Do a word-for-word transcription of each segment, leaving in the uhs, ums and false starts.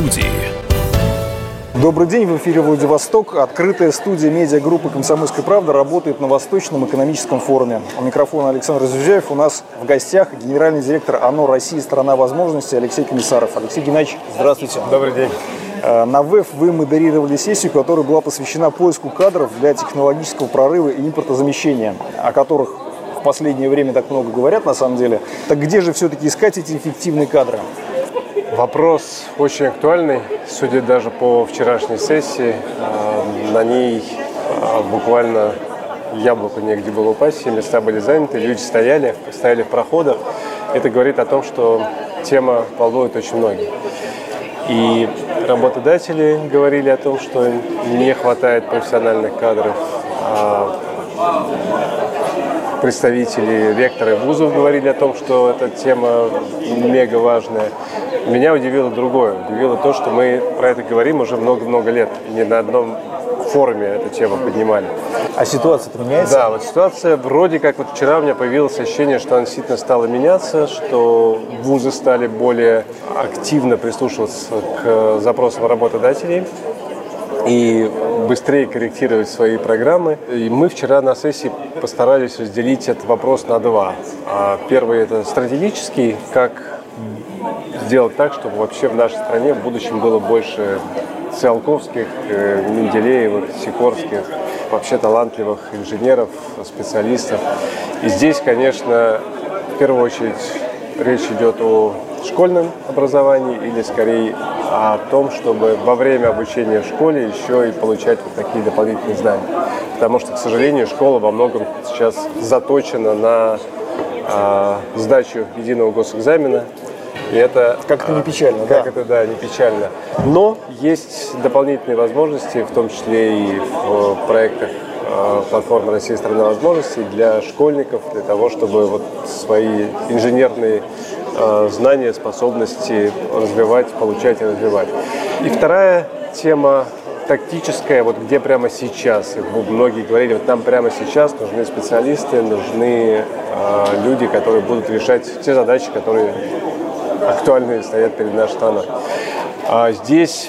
студии. Добрый день, в эфире Владивосток. Открытая студия медиагруппы «Комсомольская правда» работает на Восточном экономическом форуме. У микрофона Александр Зюзяев. У нас в гостях генеральный директор ОНО «Россия. Страна возможностей» Алексей Комиссаров. Алексей Геннадьевич, здравствуйте. Добрый день. На ВЭФ вы модерировали сессию, которая была посвящена поиску кадров для технологического прорыва и импортозамещения, о которых в последнее время так много говорят на самом деле. Так где же все-таки искать эти эффективные кадры? Вопрос очень актуальный. Судя даже по вчерашней сессии, на ней буквально яблоку негде было упасть, все места были заняты, люди стояли, стояли в проходах. Это говорит о том, что тема волнует очень многих. И работодатели говорили о том, что не хватает профессиональных кадров. Представители, ректоры вузов говорили о том, что эта тема мега важная. Меня удивило другое. Удивило то, что мы про это говорим уже много-много лет. Не на одном форуме эту тему поднимали. А ситуация-то меняется? Да, вот ситуация вроде как вот вчера у меня появилось ощущение, что она действительно стала меняться, что вузы стали более активно прислушиваться к запросам работодателей и быстрее корректировать свои программы. И мы вчера на сессии постарались разделить этот вопрос на два. Первый – это стратегический, как сделать так, чтобы вообще в нашей стране в будущем было больше Циолковских, Менделеевых, Сикорских, вообще талантливых инженеров, специалистов. И здесь, конечно, в первую очередь речь идет о школьном образовании или скорее о том, чтобы во время обучения в школе еще и получать вот такие дополнительные знания. Потому что, к сожалению, школа во многом сейчас заточена на а, сдачу единого госэкзамена. И это как-то не печально, как да? это, да, не печально. Но есть дополнительные возможности, в том числе и в проектах платформы «Россия. Страна возможностей» для школьников, для того, чтобы вот свои инженерные э, знания, способности развивать, получать и развивать. И вторая тема тактическая, вот где прямо сейчас. Многие говорили, вот нам прямо сейчас нужны специалисты, нужны э, люди, которые будут решать те задачи, которые актуальные стоят перед нашей страной. А здесь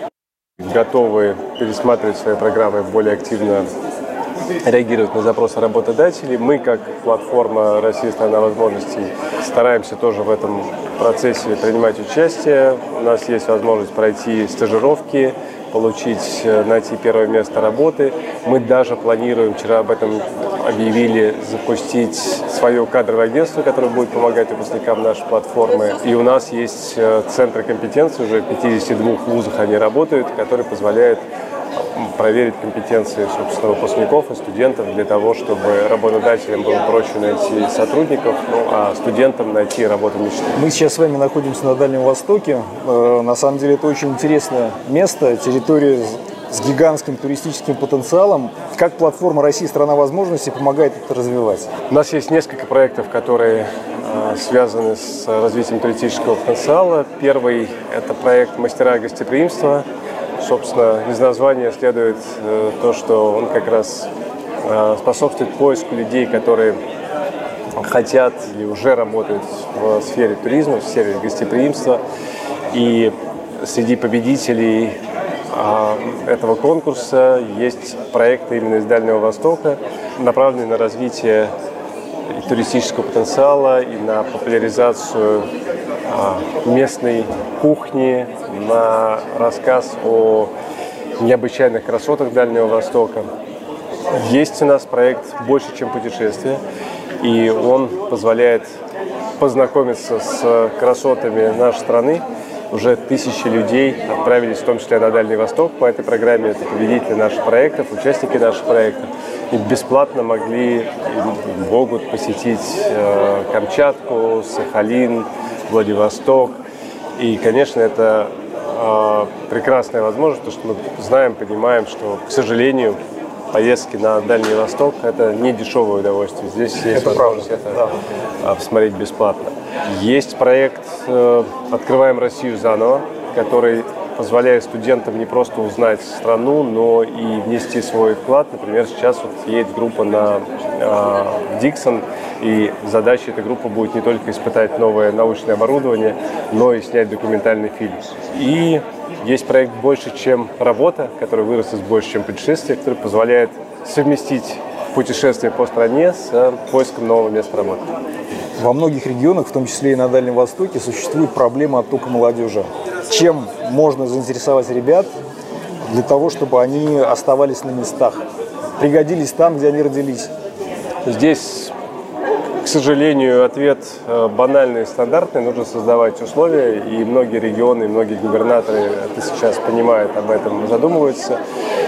готовы пересматривать свои программы, более активно реагировать на запросы работодателей. Мы, как платформа «Россия. Страна возможностей», стараемся тоже в этом процессе принимать участие. У нас есть возможность пройти стажировки, получить, найти первое место работы. Мы даже планируем, вчера об этом объявили, запустить свое кадровое агентство, которое будет помогать выпускникам нашей платформы. И у нас есть центры компетенции, уже в пятидесяти двух вузах они работают, которые позволяют проверить компетенции, собственно, выпускников и студентов для того, чтобы работодателям было проще найти сотрудников, ну, а студентам найти работу мечты. Мы сейчас с вами находимся на Дальнем Востоке. На самом деле это очень интересное место, территория с гигантским туристическим потенциалом. Как платформа «Россия. Страна возможностей» помогает это развивать? У нас есть несколько проектов, которые э, связаны с развитием туристического потенциала. Первый – это проект «Мастера гостеприимства». Собственно, из названия следует э, то, что он как раз э, способствует поиску людей, которые хотят или уже работают в сфере туризма, в сфере гостеприимства. И среди победителей э, этого конкурса есть проекты именно из Дальнего Востока, направленные на развитие и туристического потенциала, и на популяризацию э, местной кухни, на рассказ о необычайных красотах Дальнего Востока. Есть у нас проект «Больше, чем путешествие», и он позволяет познакомиться с красотами нашей страны. Уже тысячи людей отправились, в том числе на Дальний Восток по этой программе. Это победители наших проектов, участники наших проектов. И бесплатно могли и могут посетить э, Камчатку, Сахалин, Владивосток. И, конечно, это э, прекрасная возможность, потому что мы знаем, понимаем, что, к сожалению, поездки на Дальний Восток – это не дешевое удовольствие. Здесь есть это возможность правда. это да. посмотреть бесплатно. Есть проект э, «Открываем Россию заново», который позволяет студентам не просто узнать страну, но и внести свой вклад. Например, сейчас вот едет группа на э, Диксон, И задача этой группы будет не только испытать новое научное оборудование, но и снять документальный фильм. И есть проект «Больше, чем работа», который вырос из «Больше, чем путешествие», который позволяет совместить путешествие по стране с поиском нового места работы. Во многих регионах, в том числе и на Дальнем Востоке, существует проблема оттока молодежи. Чем можно заинтересовать ребят для того, чтобы они оставались на местах, пригодились там, где они родились? Здесь, к сожалению, ответ банальный и стандартный. Нужно создавать условия, и многие регионы, и многие губернаторы это сейчас понимают, об этом задумываются.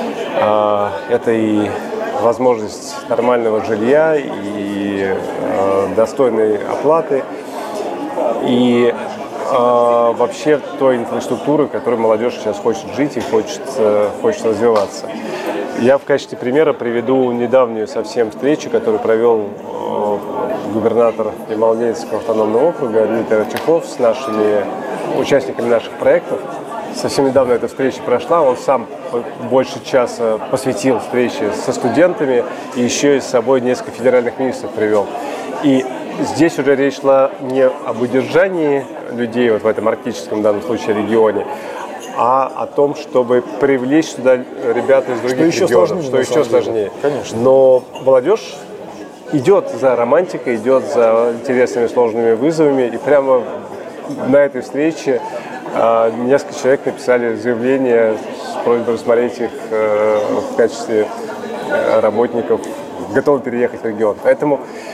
Это и возможность нормального жилья, и достойной оплаты, и вообще той инфраструктуры, которой молодежь сейчас хочет жить и хочет, хочет развиваться. Я в качестве примера приведу недавнюю совсем встречу, которую провел губернатор Ямал-Ненецкого автономного округа Дмитрий Рачехов с нашими участниками наших проектов. Совсем недавно эта встреча прошла, он сам больше часа посвятил встрече со студентами и еще и с собой несколько федеральных министров привел. И здесь уже речь шла не об удержании людей вот в этом арктическом, в данном случае, регионе, а о том, чтобы привлечь сюда ребят из других что регионов, сложнее, что еще сложнее. Конечно. Но молодежь идет за романтикой, идет за интересными сложными вызовами, и прямо на этой встрече э, несколько человек написали заявление с просьбой рассмотреть их э, в качестве работников, готовы переехать в регион. Поэтому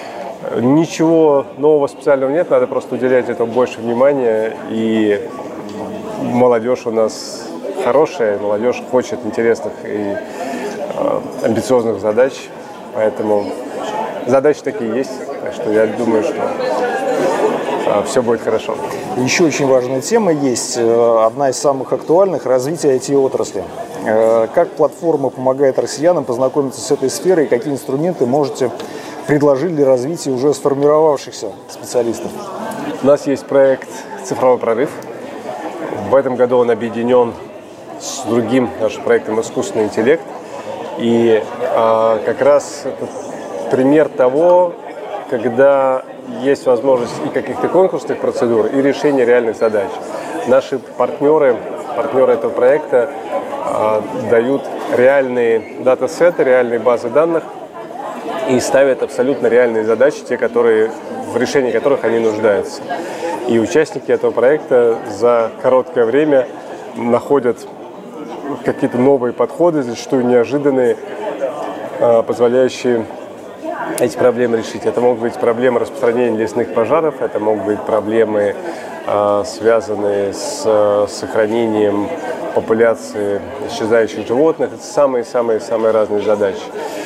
ничего нового специального нет, надо просто уделять этому больше внимания, и молодежь у нас хорошая, молодежь хочет интересных и э, амбициозных задач, поэтому задачи такие есть, так что я думаю, что э, все будет хорошо. Еще очень важная тема есть, одна из самых актуальных – развитие ай ти-отрасли. Как платформа помогает россиянам познакомиться с этой сферой, и какие инструменты можете предложить для развития уже сформировавшихся специалистов? У нас есть проект «Цифровой прорыв». В этом году он объединен с другим нашим проектом «Искусственный интеллект». И а, как раз это пример того, когда есть возможность и каких-то конкурсных процедур, и решения реальных задач. Наши партнеры, партнеры этого проекта а, дают реальные датасеты, реальные базы данных и ставят абсолютно реальные задачи, те, которые, в решении которых они нуждаются. И участники этого проекта за короткое время находят какие-то новые подходы, зачастую неожиданные, позволяющие эти проблемы решить. Это могут быть проблемы распространения лесных пожаров, это могут быть проблемы, связанные с сохранением популяции исчезающих животных. Это самые-самые-самые разные задачи.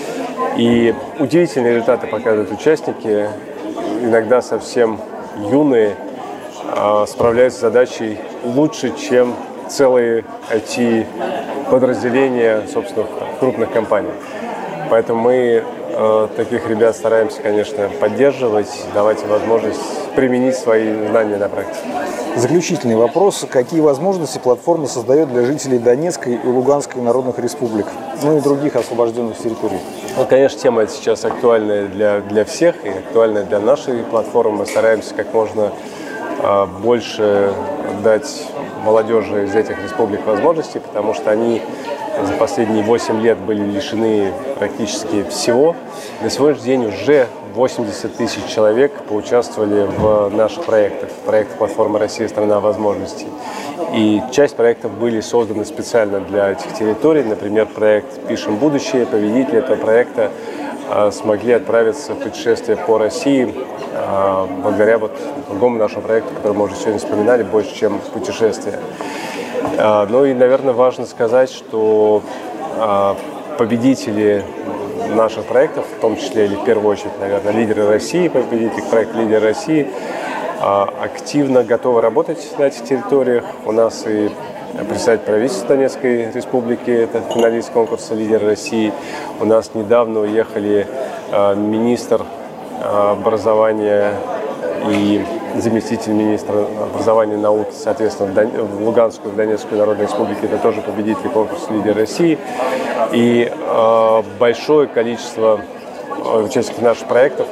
И удивительные результаты показывают участники, иногда совсем юные, справляются с задачей лучше, чем целые ай ти-подразделения, собственно, крупных компаний. Поэтому мы э, таких ребят стараемся, конечно, поддерживать, давать им возможность применить свои знания на практике. Заключительный вопрос. Какие возможности платформа создает для жителей Донецкой и Луганской народных республик, ну и других освобожденных территорий? Ну, конечно, тема эта сейчас актуальная для, для всех и актуальная для нашей платформы. Мы стараемся как можно э, больше дать молодежи из этих республик возможностей, потому что они за последние восемь лет были лишены практически всего. На сегодняшний день уже восемьдесят тысяч человек поучаствовали в наших проектах, в проектах платформы «Россия – страна возможностей». И часть проектов были созданы специально для этих территорий. Например, проект «Пишем будущее». Победители этого проекта э, смогли отправиться в путешествие по России э, благодаря вот другому нашему проекту, который мы уже сегодня вспоминали, «Больше, чем путешествие». Э, ну и, наверное, важно сказать, что э, победители наших проектов, в том числе или в первую очередь, наверное, лидеры России, победители проекта «Лидеры России», активно готовы работать на этих территориях. У нас и представитель правительства Донецкой республики, это финалист конкурса «Лидеры России». У нас недавно уехали министр образования и заместитель министра образования и науки, соответственно, в Луганскую, в Донецкую Народную Республику. Это тоже победители конкурса «Лидеры России». И большое количество участников наших проектов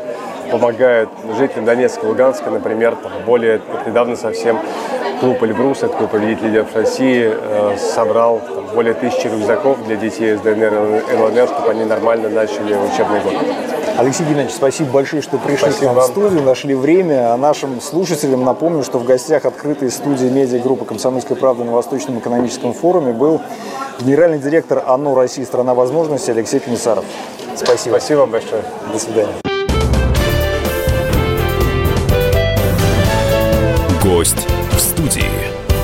помогают жителям Донецка и Луганска, например, там, более недавно совсем клуб «Эльбрус», это клуб победителей в России, э, собрал там, более тысячи рюкзаков для детей из ДНР и ЛНР, чтобы они нормально начали учебный год. Алексей Геннадьевич, спасибо большое, что пришли Спасибо к нам в вам. студию, нашли время. А нашим слушателям напомню, что в гостях открытой студии медиагруппы «Комсомольская правда» на Восточном экономическом форуме был генеральный директор ОНО «Россия. Страна возможностей» Алексей Комиссаров. Спасибо. Спасибо вам большое. До свидания. Гость в студии.